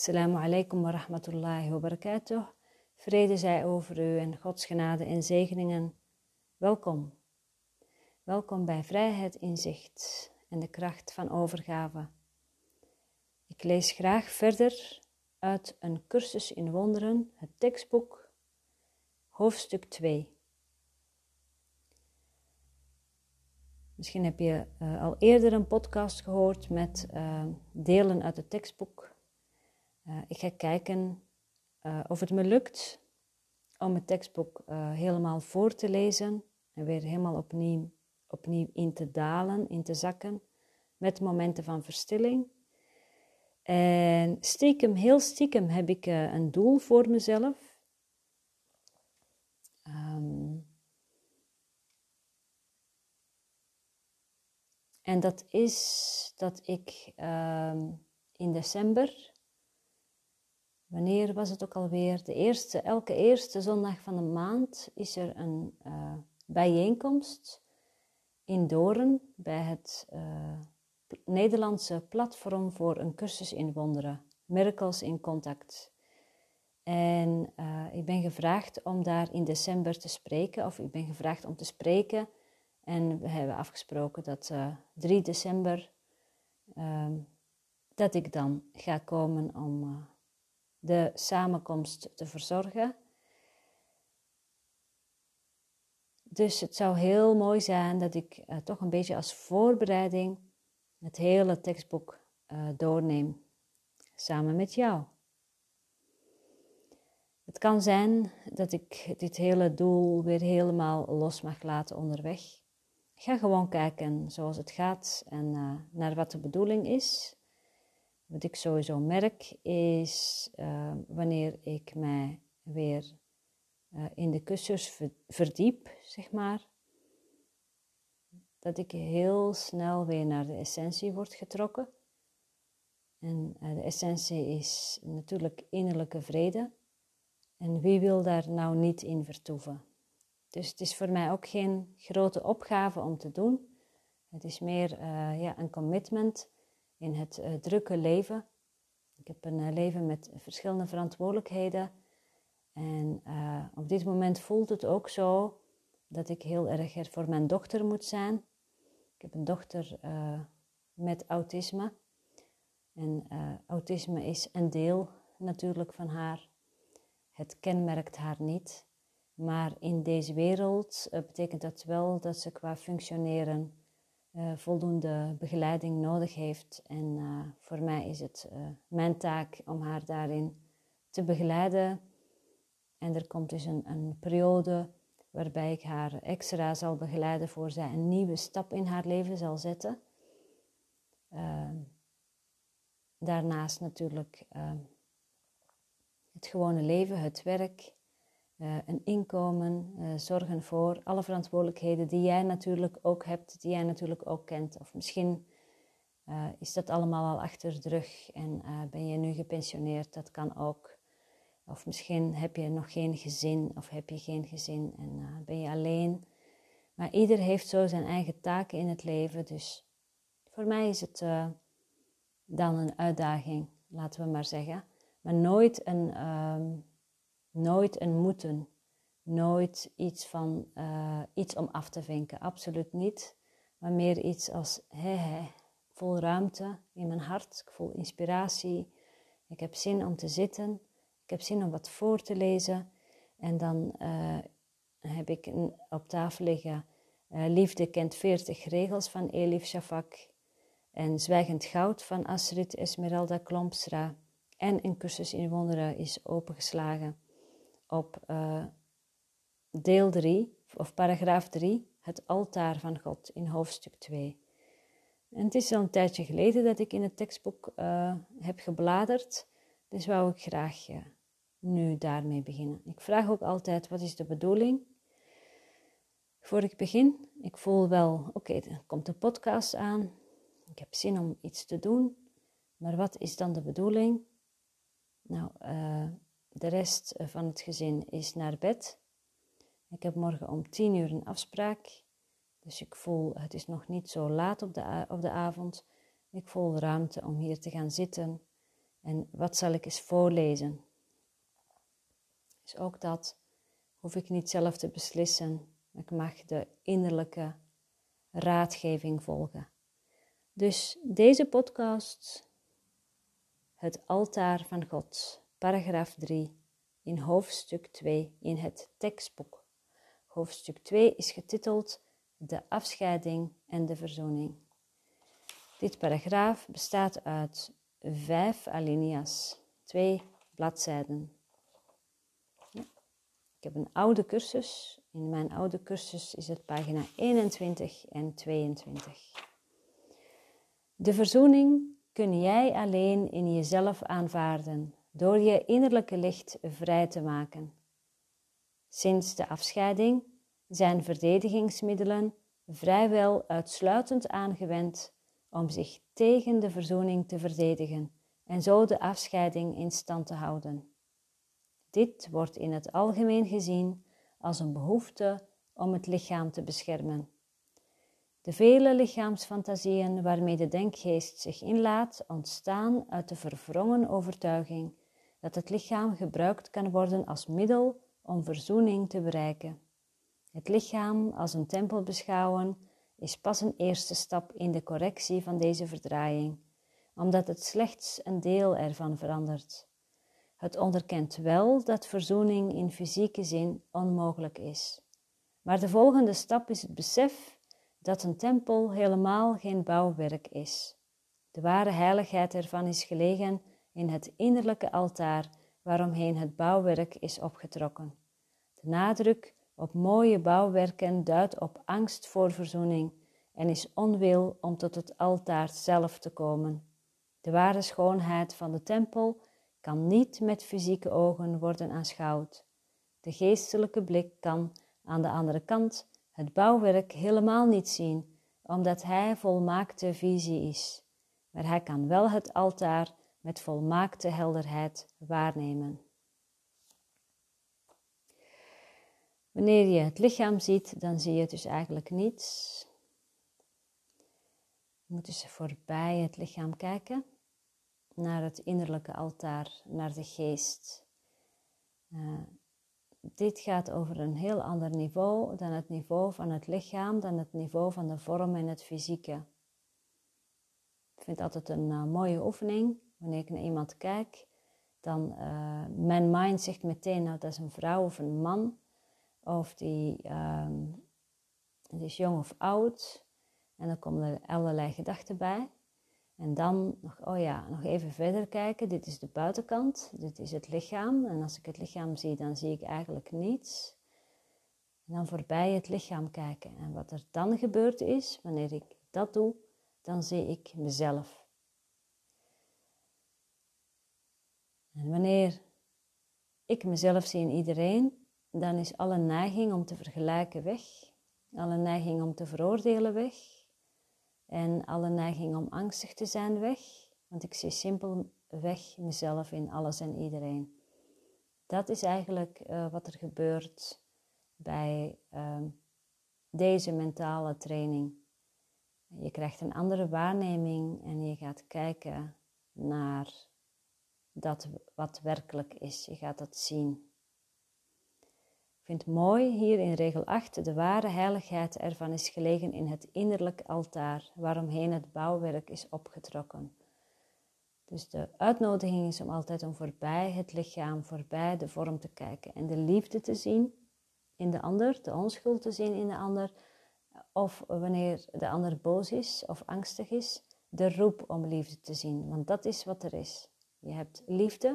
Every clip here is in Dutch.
Assalamu alaikum wa rahmatullahi wa barakatuh. Vrede zij over u en Gods genade en zegeningen. Welkom. Welkom bij Vrijheid, Inzicht en de kracht van overgave. Ik lees graag verder uit een cursus in wonderen, het tekstboek, hoofdstuk 2. Misschien heb je al eerder een podcast gehoord met delen uit het tekstboek. Ik ga kijken of het me lukt om het tekstboek helemaal voor te lezen en weer helemaal opnieuw in te dalen, in te zakken, met momenten van verstilling. En heel stiekem heb ik een doel voor mezelf. En dat is dat ik in december, wanneer was het ook alweer, elke eerste zondag van de maand is er een bijeenkomst in Doorn bij het Nederlandse platform voor een cursus in wonderen, Miracles in Contact. En ik ben gevraagd om daar in december te spreken, of ik ben gevraagd om te spreken. En we hebben afgesproken dat 3 december, dat ik dan ga komen om de samenkomst te verzorgen. Dus het zou heel mooi zijn dat ik toch een beetje als voorbereiding het hele tekstboek doorneem, samen met jou. Het kan zijn dat ik dit hele doel weer helemaal los mag laten onderweg. Ik ga gewoon kijken zoals het gaat en naar wat de bedoeling is. Wat ik sowieso merk is wanneer ik mij weer in de cursus verdiep, zeg maar, dat ik heel snel weer naar de essentie word getrokken. En de essentie is natuurlijk innerlijke vrede. En wie wil daar nou niet in vertoeven? Dus het is voor mij ook geen grote opgave om te doen. Het is meer een commitment in het drukke leven. Ik heb een leven met verschillende verantwoordelijkheden. En op dit moment voelt het ook zo dat ik heel erg er voor mijn dochter moet zijn. Ik heb een dochter met autisme. En autisme is een deel natuurlijk van haar. Het kenmerkt haar niet. Maar in deze wereld betekent dat wel dat ze qua functioneren voldoende begeleiding nodig heeft. En voor mij is het mijn taak om haar daarin te begeleiden. En er komt dus een periode waarbij ik haar extra zal begeleiden voor zij een nieuwe stap in haar leven zal zetten. Daarnaast natuurlijk het gewone leven, het werk, een inkomen, zorgen voor alle verantwoordelijkheden die jij natuurlijk ook hebt, die jij natuurlijk ook kent. Of misschien is dat allemaal al achter de rug en ben je nu gepensioneerd, dat kan ook. Of misschien heb je nog geen gezin of heb je geen gezin en ben je alleen. Maar ieder heeft zo zijn eigen taken in het leven. Dus voor mij is het dan een uitdaging, laten we maar zeggen. Maar nooit een moeten. Nooit iets om af te vinken. Absoluut niet. Maar meer iets als ik voel ruimte in mijn hart. Ik voel inspiratie. Ik heb zin om te zitten. Ik heb zin om wat voor te lezen. En dan heb ik op tafel liggen Liefde kent 40 regels van Elif Shafak. En Zwijgend Goud van Astrid Esmeralda Klompstra. En een cursus in wonderen is opengeslagen op deel 3, of paragraaf 3, het altaar van God in hoofdstuk 2. En het is al een tijdje geleden dat ik in het tekstboek heb gebladerd, dus wou ik graag nu daarmee beginnen. Ik vraag ook altijd, wat is de bedoeling? Voor ik begin, ik voel wel, oké, er komt een podcast aan, ik heb zin om iets te doen, maar wat is dan de bedoeling? Nou, de rest van het gezin is naar bed. Ik heb morgen om 10 uur een afspraak. Dus ik voel, het is nog niet zo laat op de avond. Ik voel ruimte om hier te gaan zitten En wat zal ik eens voorlezen? Dus ook dat hoef ik niet zelf te beslissen. Ik mag de innerlijke raadgeving volgen. Dus deze podcast, het altaar van God, paragraaf 3, in hoofdstuk 2 in het tekstboek. Hoofdstuk 2 is getiteld De afscheiding en de verzoening. Dit paragraaf bestaat uit 5 alinea's, 2 bladzijden. Ik heb een oude cursus. In mijn oude cursus is het pagina 21 en 22. De verzoening kun jij alleen in jezelf aanvaarden, door je innerlijke licht vrij te maken. Sinds de afscheiding zijn verdedigingsmiddelen vrijwel uitsluitend aangewend om zich tegen de verzoening te verdedigen en zo de afscheiding in stand te houden. Dit wordt in het algemeen gezien als een behoefte om het lichaam te beschermen. De vele lichaamsfantasieën waarmee de denkgeest zich inlaat, ontstaan uit de verwrongen overtuiging dat het lichaam gebruikt kan worden als middel om verzoening te bereiken. Het lichaam als een tempel beschouwen is pas een eerste stap in de correctie van deze verdraaiing, omdat het slechts een deel ervan verandert. Het onderkent wel dat verzoening in fysieke zin onmogelijk is. Maar de volgende stap is het besef dat een tempel helemaal geen bouwwerk is. De ware heiligheid ervan is gelegen in het innerlijke altaar waaromheen het bouwwerk is opgetrokken. De nadruk op mooie bouwwerken duidt op angst voor verzoening en is onwil om tot het altaar zelf te komen. De ware schoonheid van de tempel kan niet met fysieke ogen worden aanschouwd. De geestelijke blik kan, aan de andere kant, het bouwwerk helemaal niet zien, omdat hij volmaakte visie is. Maar hij kan wel het altaar met volmaakte helderheid waarnemen. Wanneer je het lichaam ziet, dan zie je dus eigenlijk niets. Je moet dus voorbij het lichaam kijken, naar het innerlijke altaar, naar de geest. Dit gaat over een heel ander niveau dan het niveau van het lichaam, dan het niveau van de vorm en het fysieke. Ik vind het altijd een mooie oefening. Wanneer ik naar iemand kijk, dan mijn mind zegt meteen, nou, dat is een vrouw of een man. Of die is jong of oud. En dan komen er allerlei gedachten bij. En dan nog even verder kijken. Dit is de buitenkant, dit is het lichaam. En als ik het lichaam zie, dan zie ik eigenlijk niets. En dan voorbij het lichaam kijken. En wat er dan gebeurd is, wanneer ik dat doe, dan zie ik mezelf. En wanneer ik mezelf zie in iedereen, dan is alle neiging om te vergelijken weg. Alle neiging om te veroordelen weg. En alle neiging om angstig te zijn weg. Want ik zie simpelweg mezelf in alles en iedereen. Dat is eigenlijk wat er gebeurt bij deze mentale training. Je krijgt een andere waarneming en je gaat kijken naar dat wat werkelijk is. Je gaat dat zien. Ik vind het mooi, hier in regel 8, de ware heiligheid ervan is gelegen in het innerlijk altaar, waaromheen het bouwwerk is opgetrokken. Dus de uitnodiging is om altijd om voorbij het lichaam, voorbij de vorm te kijken en de liefde te zien in de ander, de onschuld te zien in de ander, of wanneer de ander boos is of angstig is, de roep om liefde te zien, want dat is wat er is. Je hebt liefde,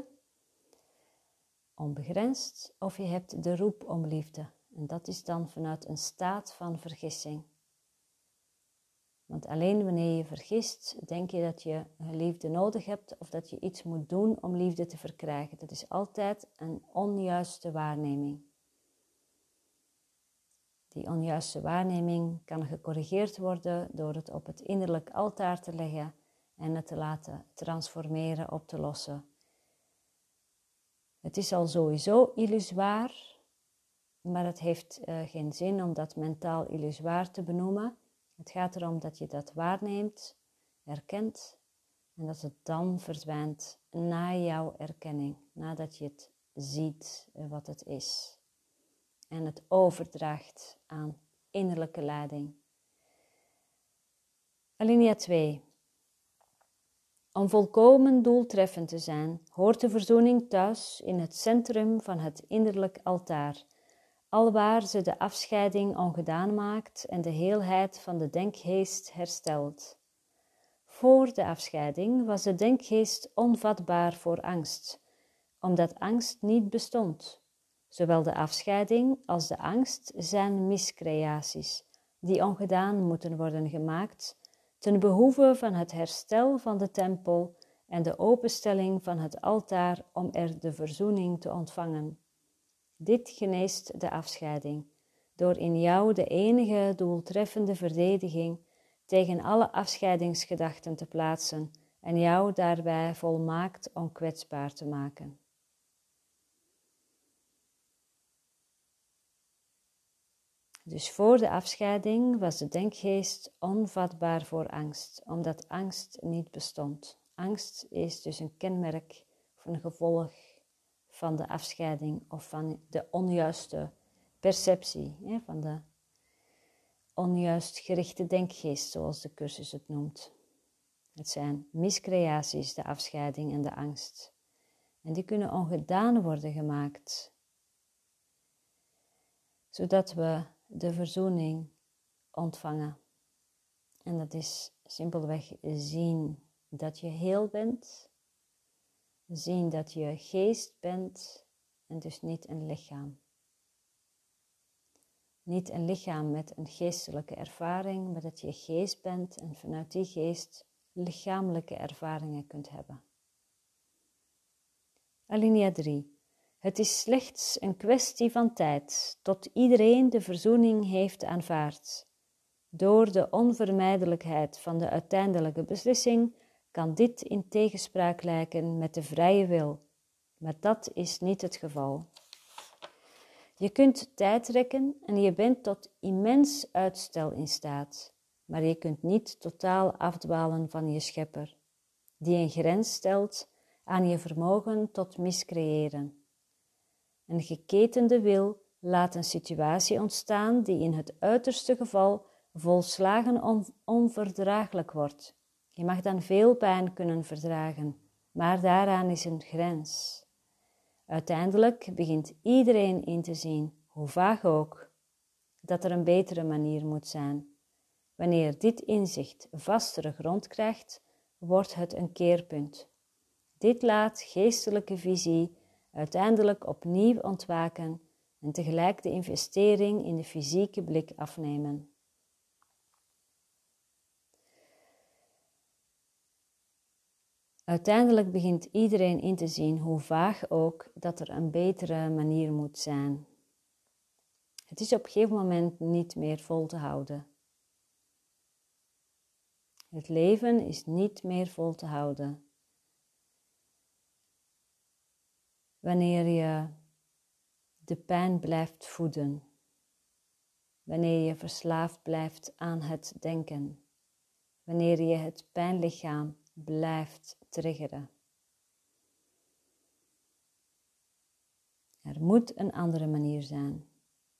onbegrensd, of je hebt de roep om liefde. En dat is dan vanuit een staat van vergissing. Want alleen wanneer je vergist, denk je dat je liefde nodig hebt of dat je iets moet doen om liefde te verkrijgen. Dat is altijd een onjuiste waarneming. Die onjuiste waarneming kan gecorrigeerd worden door het op het innerlijk altaar te leggen en het te laten transformeren, op te lossen. Het is al sowieso illusoir, maar het heeft geen zin om dat mentaal illusoir te benoemen. Het gaat erom dat je dat waarneemt, herkent En dat het dan verdwijnt na jouw erkenning, nadat je het ziet wat het is. En het overdraagt aan innerlijke leiding. Alinea 2. Om volkomen doeltreffend te zijn, hoort de verzoening thuis in het centrum van het innerlijk altaar, alwaar ze de afscheiding ongedaan maakt en de heelheid van de denkgeest herstelt. Voor de afscheiding was de denkgeest onvatbaar voor angst, omdat angst niet bestond. Zowel de afscheiding als de angst zijn miscreaties, die ongedaan moeten worden gemaakt, ten behoeve van het herstel van de tempel en de openstelling van het altaar om er de verzoening te ontvangen. Dit geneest de afscheiding, door in jou de enige doeltreffende verdediging tegen alle afscheidingsgedachten te plaatsen en jou daarbij volmaakt onkwetsbaar te maken. Dus voor de afscheiding was de denkgeest onvatbaar voor angst, omdat angst niet bestond. Angst is dus een kenmerk of een gevolg van de afscheiding of van de onjuiste perceptie, van de onjuist gerichte denkgeest, zoals de cursus het noemt. Het zijn miscreaties, de afscheiding en de angst. En die kunnen ongedaan worden gemaakt, zodat we de verzoening ontvangen. En dat is simpelweg zien dat je heel bent, zien dat je geest bent en dus niet een lichaam. Niet een lichaam met een geestelijke ervaring, maar dat je geest bent en vanuit die geest lichamelijke ervaringen kunt hebben. Alinea 3. Het is slechts een kwestie van tijd tot iedereen de verzoening heeft aanvaard. Door de onvermijdelijkheid van de uiteindelijke beslissing kan dit in tegenspraak lijken met de vrije wil, maar dat is niet het geval. Je kunt tijd rekken en je bent tot immens uitstel in staat, maar je kunt niet totaal afdwalen van je schepper, die een grens stelt aan je vermogen tot miscreëren. Een geketende wil laat een situatie ontstaan die in het uiterste geval volslagen onverdraaglijk wordt. Je mag dan veel pijn kunnen verdragen, maar daaraan is een grens. Uiteindelijk begint iedereen in te zien, hoe vaag ook, dat er een betere manier moet zijn. Wanneer dit inzicht vastere grond krijgt, wordt het een keerpunt. Dit laat geestelijke visie uiteindelijk opnieuw ontwaken en tegelijk de investering in de fysieke blik afnemen. Uiteindelijk begint iedereen in te zien, hoe vaag ook, dat er een betere manier moet zijn. Het is op een gegeven moment niet meer vol te houden. Het leven is niet meer vol te houden. Wanneer je de pijn blijft voeden, wanneer je verslaafd blijft aan het denken, wanneer je het pijnlichaam blijft triggeren. Er moet een andere manier zijn.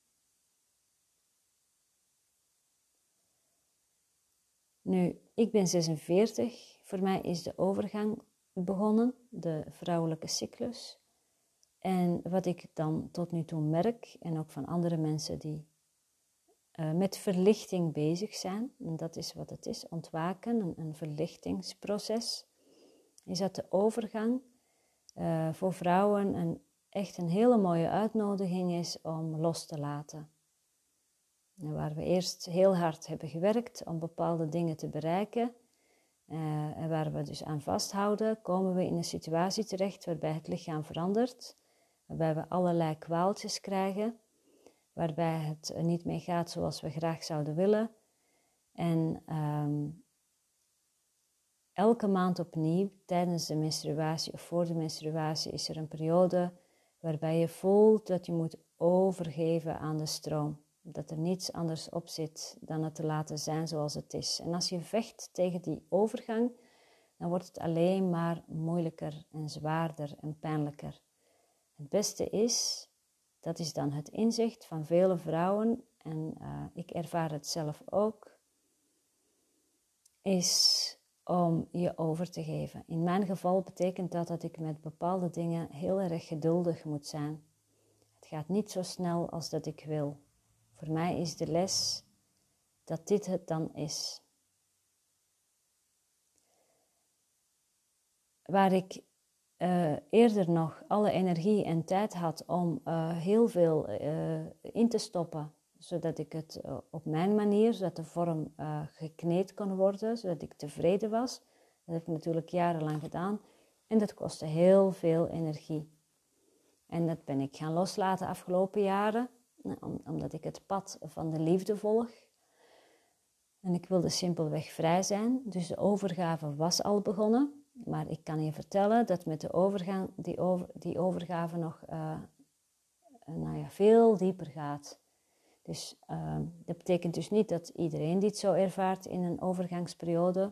Nu, ik ben 46, voor mij is de overgang begonnen, de vrouwelijke cyclus. En wat ik dan tot nu toe merk, en ook van andere mensen die met verlichting bezig zijn, en dat is wat het is, ontwaken, een verlichtingsproces, is dat de overgang voor vrouwen echt een hele mooie uitnodiging is om los te laten. En waar we eerst heel hard hebben gewerkt om bepaalde dingen te bereiken, en waar we dus aan vasthouden, komen we in een situatie terecht waarbij het lichaam verandert, waarbij we allerlei kwaaltjes krijgen, waarbij het niet meer gaat zoals we graag zouden willen. En elke maand opnieuw, tijdens de menstruatie of voor de menstruatie, is er een periode waarbij je voelt dat je moet overgeven aan de stroom. Dat er niets anders op zit dan het te laten zijn zoals het is. En als je vecht tegen die overgang, dan wordt het alleen maar moeilijker en zwaarder en pijnlijker. Het beste is, dat is dan het inzicht van vele vrouwen, en ik ervaar het zelf ook, is om je over te geven. In mijn geval betekent dat ik met bepaalde dingen heel erg geduldig moet zijn. Het gaat niet zo snel als dat ik wil. Voor mij is de les dat dit het dan is. Waar ik eerder nog alle energie en tijd had om heel veel in te stoppen, zodat ik het op mijn manier, zodat de vorm gekneed kon worden, zodat ik tevreden was. Dat heb ik natuurlijk jarenlang gedaan en dat kostte heel veel energie. En dat ben ik gaan loslaten de afgelopen jaren, omdat ik het pad van de liefde volg. En ik wilde simpelweg vrij zijn, dus de overgave was al begonnen. Maar ik kan je vertellen dat met de overgang, die overgave nog veel dieper gaat. Dus dat betekent dus niet dat iedereen dit zo ervaart in een overgangsperiode.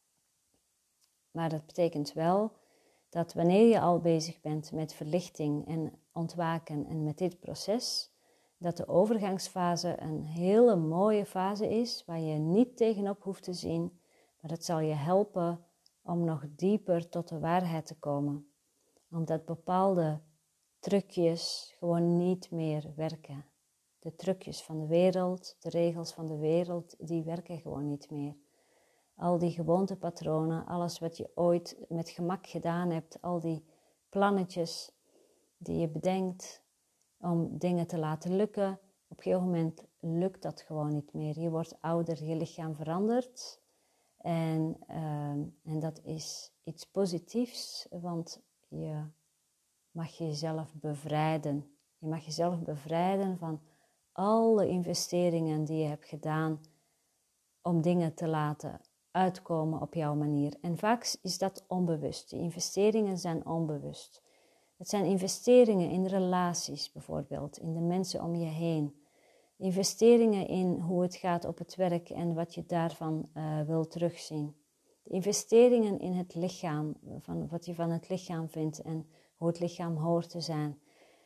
Maar dat betekent wel dat wanneer je al bezig bent met verlichting en ontwaken en met dit proces, dat de overgangsfase een hele mooie fase is, waar je niet tegenop hoeft te zien, maar dat zal je helpen om nog dieper tot de waarheid te komen. Omdat bepaalde trucjes gewoon niet meer werken. De trucjes van de wereld, de regels van de wereld, die werken gewoon niet meer. Al die gewoontepatronen, alles wat je ooit met gemak gedaan hebt, al die plannetjes die je bedenkt om dingen te laten lukken, op een gegeven moment lukt dat gewoon niet meer. Je wordt ouder, je lichaam verandert. En dat is iets positiefs, want je mag jezelf bevrijden. Je mag jezelf bevrijden van alle investeringen die je hebt gedaan om dingen te laten uitkomen op jouw manier. En vaak is dat onbewust. Die investeringen zijn onbewust. Het zijn investeringen in relaties bijvoorbeeld, in de mensen om je heen. Investeringen in hoe het gaat op het werk en wat je daarvan wil terugzien. De investeringen in het lichaam, van wat je van het lichaam vindt en hoe het lichaam hoort te zijn.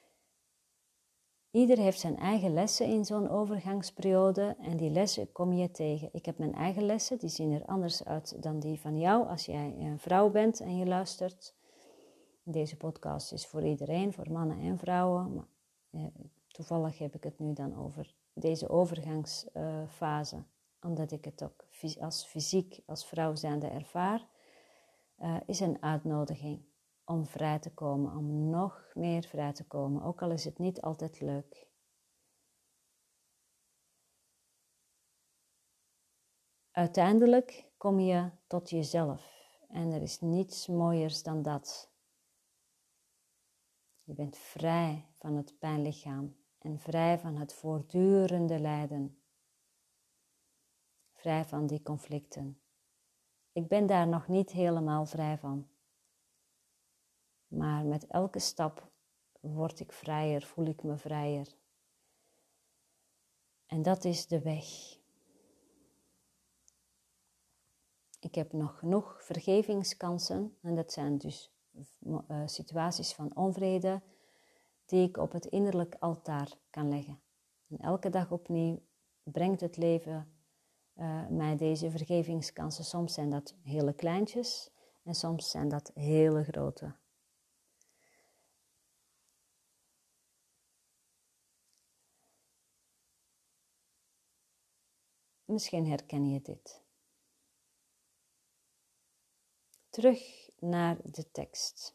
Ieder heeft zijn eigen lessen in zo'n overgangsperiode en die lessen kom je tegen. Ik heb mijn eigen lessen, die zien er anders uit dan die van jou als jij een vrouw bent en je luistert. Deze podcast is voor iedereen, voor mannen en vrouwen, maar toevallig heb ik het nu dan over deze overgangsfase, omdat ik het ook als vrouw zijnde ervaar, is een uitnodiging om vrij te komen, om nog meer vrij te komen, ook al is het niet altijd leuk. Uiteindelijk kom je tot jezelf en er is niets mooiers dan dat. Je bent vrij van het pijnlichaam en vrij van het voortdurende lijden. Vrij van die conflicten. Ik ben daar nog niet helemaal vrij van. Maar met elke stap word ik vrijer, voel ik me vrijer. En dat is de weg. Ik heb nog genoeg vergevingskansen en dat zijn dus situaties van onvrede die ik op het innerlijk altaar kan leggen. En elke dag opnieuw brengt het leven mij deze vergevingskansen. Soms zijn dat hele kleintjes en soms zijn dat hele grote. Misschien herken je dit. Terug naar de tekst.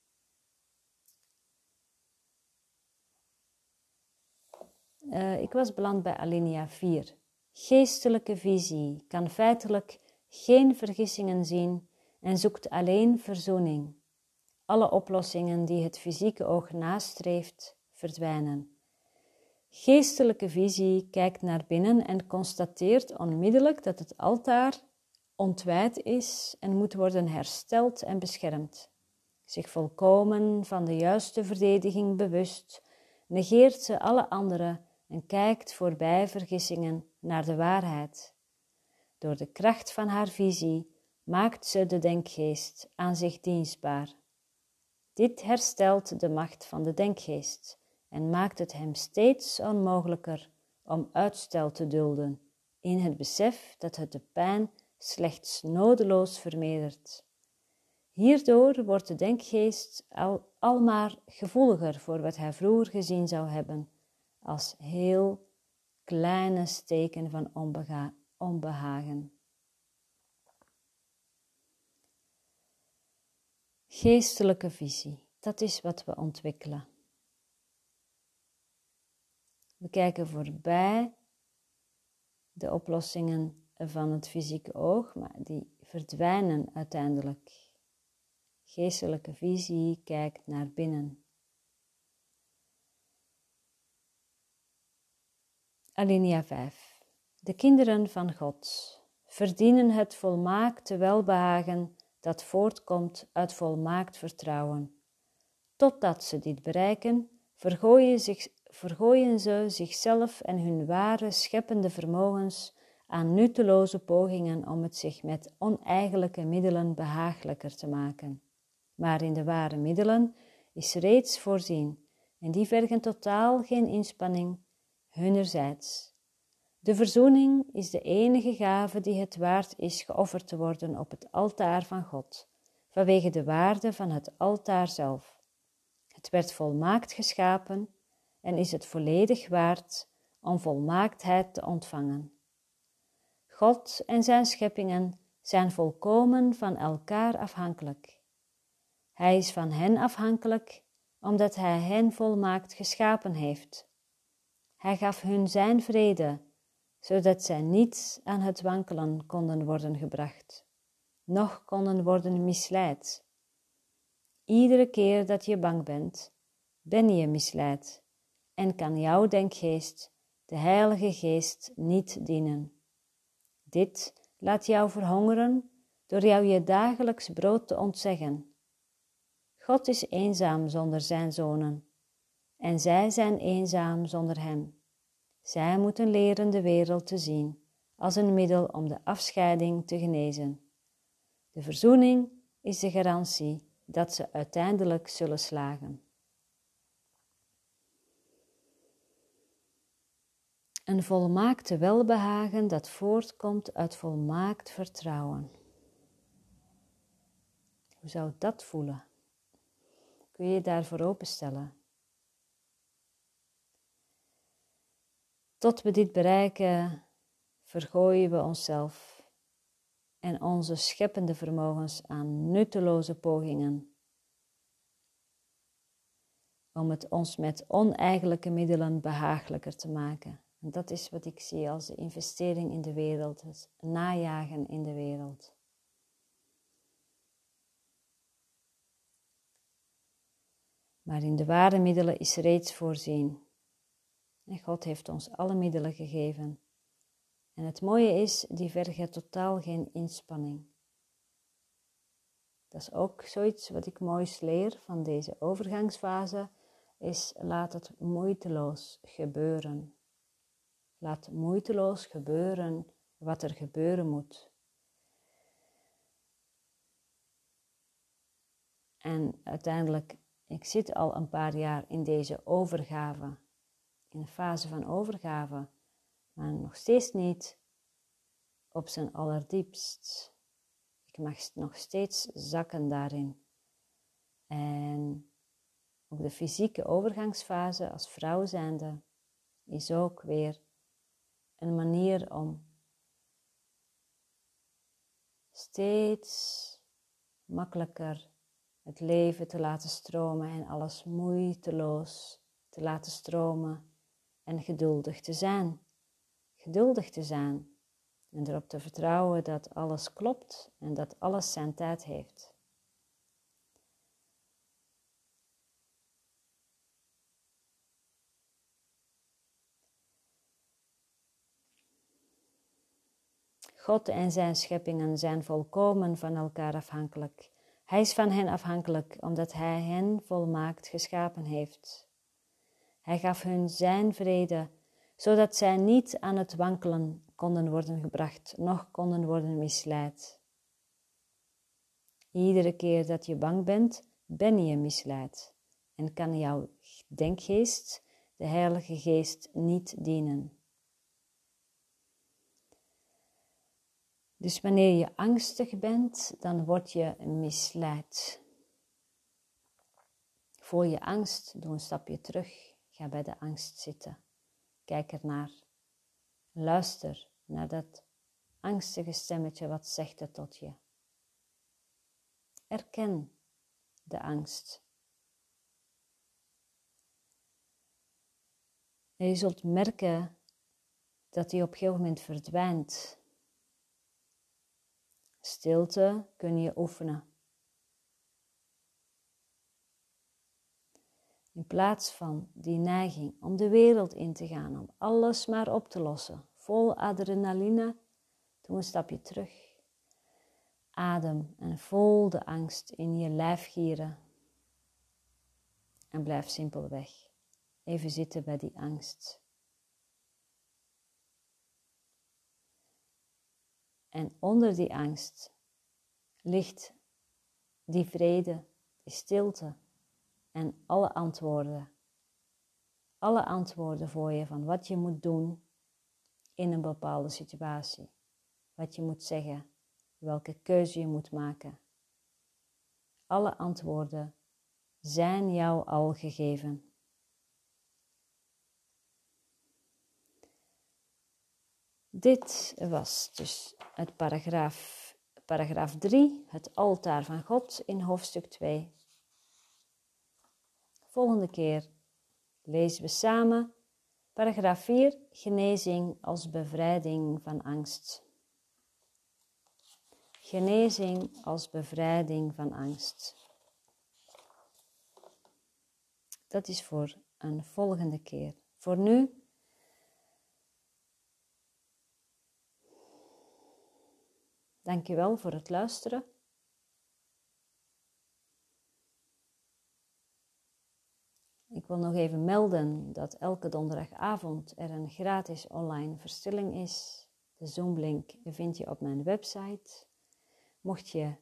Ik was beland bij alinea 4. Geestelijke visie kan feitelijk geen vergissingen zien en zoekt alleen verzoening. Alle oplossingen die het fysieke oog nastreeft, verdwijnen. Geestelijke visie kijkt naar binnen en constateert onmiddellijk dat het altaar ontwijd is en moet worden hersteld en beschermd. Zich volkomen van de juiste verdediging bewust, negeert ze alle andere en kijkt voorbij vergissingen naar de waarheid. Door de kracht van haar visie maakt ze de denkgeest aan zich dienstbaar. Dit herstelt de macht van de denkgeest en maakt het hem steeds onmogelijker om uitstel te dulden, in het besef dat het de pijn slechts nodeloos vermeerdert. Hierdoor wordt de denkgeest al maar gevoeliger voor wat hij vroeger gezien zou hebben, als heel kleine steken van onbehagen. Geestelijke visie, dat is wat we ontwikkelen. We kijken voorbij de oplossingen van het fysieke oog, maar die verdwijnen uiteindelijk. Geestelijke visie kijkt naar binnen. Alinea 5. De kinderen van God verdienen het volmaakte welbehagen dat voortkomt uit volmaakt vertrouwen. Totdat ze dit bereiken, vergooien ze zichzelf en hun ware scheppende vermogens aan nutteloze pogingen om het zich met oneigenlijke middelen behagelijker te maken. Maar in de ware middelen is reeds voorzien en die vergen totaal geen inspanning hunnerzijds. De verzoening is de enige gave die het waard is geofferd te worden op het altaar van God, vanwege de waarde van het altaar zelf. Het werd volmaakt geschapen en is het volledig waard om volmaaktheid te ontvangen. God en zijn scheppingen zijn volkomen van elkaar afhankelijk. Hij is van hen afhankelijk, omdat hij hen volmaakt geschapen heeft. Hij gaf hun zijn vrede, zodat zij niet aan het wankelen konden worden gebracht, noch konden worden misleid. Iedere keer dat je bang bent, ben je misleid en kan jouw denkgeest, de Heilige Geest, niet dienen. Dit laat jou verhongeren door jou je dagelijks brood te ontzeggen. God is eenzaam zonder zijn zonen en zij zijn eenzaam zonder hem. Zij moeten leren de wereld te zien als een middel om de afscheiding te genezen. De verzoening is de garantie dat ze uiteindelijk zullen slagen. Een volmaakte welbehagen dat voortkomt uit volmaakt vertrouwen. Hoe zou dat voelen? Kun je je daarvoor openstellen? Tot we dit bereiken, vergooien we onszelf en onze scheppende vermogens aan nutteloze pogingen om het ons met oneigenlijke middelen behagelijker te maken. En dat is wat ik zie als de investering in de wereld, het najagen in de wereld. Maar in de ware middelen is reeds voorzien. En God heeft ons alle middelen gegeven. En het mooie is, die vergen totaal geen inspanning. Dat is ook zoiets wat ik moois leer van deze overgangsfase, is laat het moeiteloos gebeuren. Laat moeiteloos gebeuren wat er gebeuren moet. En uiteindelijk, ik zit al een paar jaar in deze overgave, in een fase van overgave, maar nog steeds niet op zijn allerdiepst. Ik mag nog steeds zakken daarin. En ook de fysieke overgangsfase als vrouw zijnde is ook weer een manier om steeds makkelijker het leven te laten stromen en alles moeiteloos te laten stromen en geduldig te zijn. Geduldig te zijn en erop te vertrouwen dat alles klopt en dat alles zijn tijd heeft. God en zijn scheppingen zijn volkomen van elkaar afhankelijk. Hij is van hen afhankelijk, omdat hij hen volmaakt geschapen heeft. Hij gaf hun zijn vrede, zodat zij niet aan het wankelen konden worden gebracht, noch konden worden misleid. Iedere keer dat je bang bent, ben je misleid en kan jouw denkgeest, de Heilige Geest, niet dienen. Dus wanneer je angstig bent, dan word je misleid. Voel je angst, doe een stapje terug. Ga bij de angst zitten. Kijk ernaar. Luister naar dat angstige stemmetje, wat zegt het tot je. Erken de angst. En je zult merken dat die op een gegeven moment verdwijnt. Stilte kun je oefenen. In plaats van die neiging om de wereld in te gaan, om alles maar op te lossen, vol adrenaline, doe een stapje terug. Adem en voel de angst in je lijf gieren. En blijf simpelweg even zitten bij die angst. En onder die angst ligt die vrede, die stilte en alle antwoorden. Alle antwoorden voor je van wat je moet doen in een bepaalde situatie. Wat je moet zeggen, welke keuze je moet maken. Alle antwoorden zijn jou al gegeven. Dit was dus het paragraaf 3, het altaar van God in hoofdstuk 2. Volgende keer lezen we samen paragraaf 4, genezing als bevrijding van angst. Genezing als bevrijding van angst. Dat is voor een volgende keer. Voor nu, dankjewel voor het luisteren. Ik wil nog even melden dat elke donderdagavond er een gratis online verstilling is. De Zoom-link vind je op mijn website. Mocht je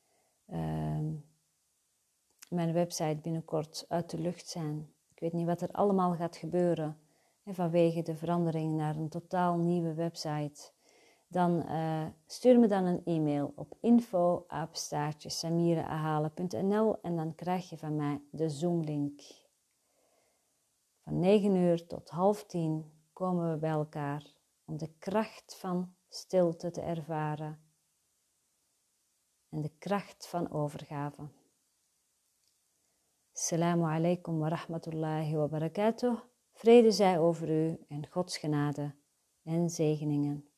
mijn website binnenkort uit de lucht zijn, ik weet niet wat er allemaal gaat gebeuren vanwege de verandering naar een totaal nieuwe website, dan stuur me dan een e-mail op info@samireahalen.nl en dan krijg je van mij de Zoom-link. Van 9 uur tot 9:30 komen we bij elkaar om de kracht van stilte te ervaren en de kracht van overgave. Assalamu alaikum wa rahmatullahi wa barakatuh. Vrede zij over u en Gods genade en zegeningen.